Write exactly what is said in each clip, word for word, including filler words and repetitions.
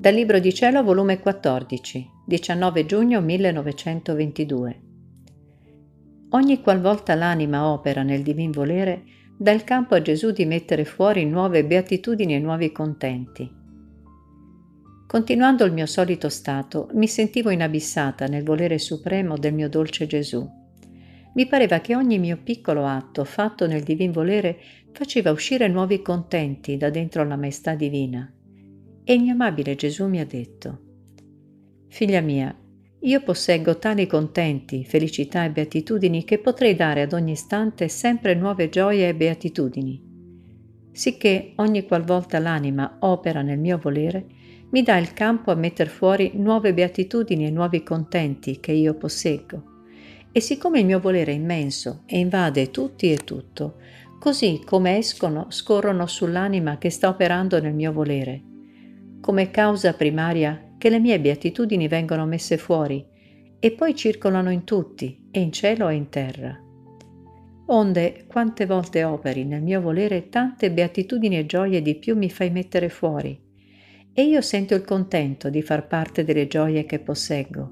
Dal Libro di Cielo, volume quattordici, diciannove giugno millenovecentoventidue. Ogni qualvolta l'anima opera nel divin volere, dà il campo a Gesù di mettere fuori nuove beatitudini e nuovi contenti. Continuando il mio solito stato, mi sentivo inabissata nel volere supremo del mio dolce Gesù. Mi pareva che ogni mio piccolo atto fatto nel divin volere faceva uscire nuovi contenti da dentro la maestà divina. E il mio amabile Gesù mi ha detto: «Figlia mia, io posseggo tali contenti, felicità e beatitudini che potrei dare ad ogni istante sempre nuove gioie e beatitudini. Sicché ogni qualvolta l'anima opera nel mio volere, mi dà il campo a metter fuori nuove beatitudini e nuovi contenti che io posseggo. E siccome il mio volere è immenso e invade tutti e tutto, così come escono scorrono sull'anima che sta operando nel mio volere, come causa primaria che le mie beatitudini vengono messe fuori e poi circolano in tutti, e in cielo e in terra. Onde, quante volte operi nel mio volere, tante beatitudini e gioie di più mi fai mettere fuori, e io sento il contento di far parte delle gioie che posseggo.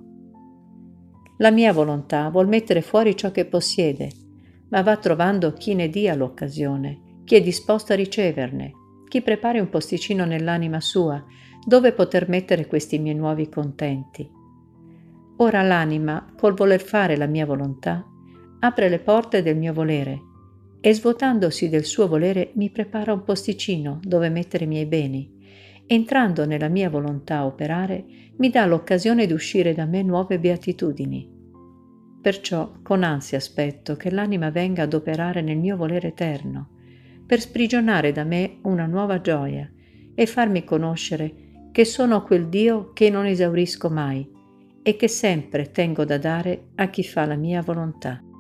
La mia volontà vuol mettere fuori ciò che possiede, ma va trovando chi ne dia l'occasione, chi è disposto a riceverne, chi prepari un posticino nell'anima sua, dove poter mettere questi miei nuovi contenti. Ora l'anima, col voler fare la mia volontà, apre le porte del mio volere e svuotandosi del suo volere mi prepara un posticino dove mettere i miei beni. Entrando nella mia volontà a operare, mi dà l'occasione di uscire da me nuove beatitudini. Perciò con ansia aspetto che l'anima venga ad operare nel mio volere eterno, per sprigionare da me una nuova gioia e farmi conoscere che sono quel Dio che non esaurisco mai e che sempre tengo da dare a chi fa la mia volontà.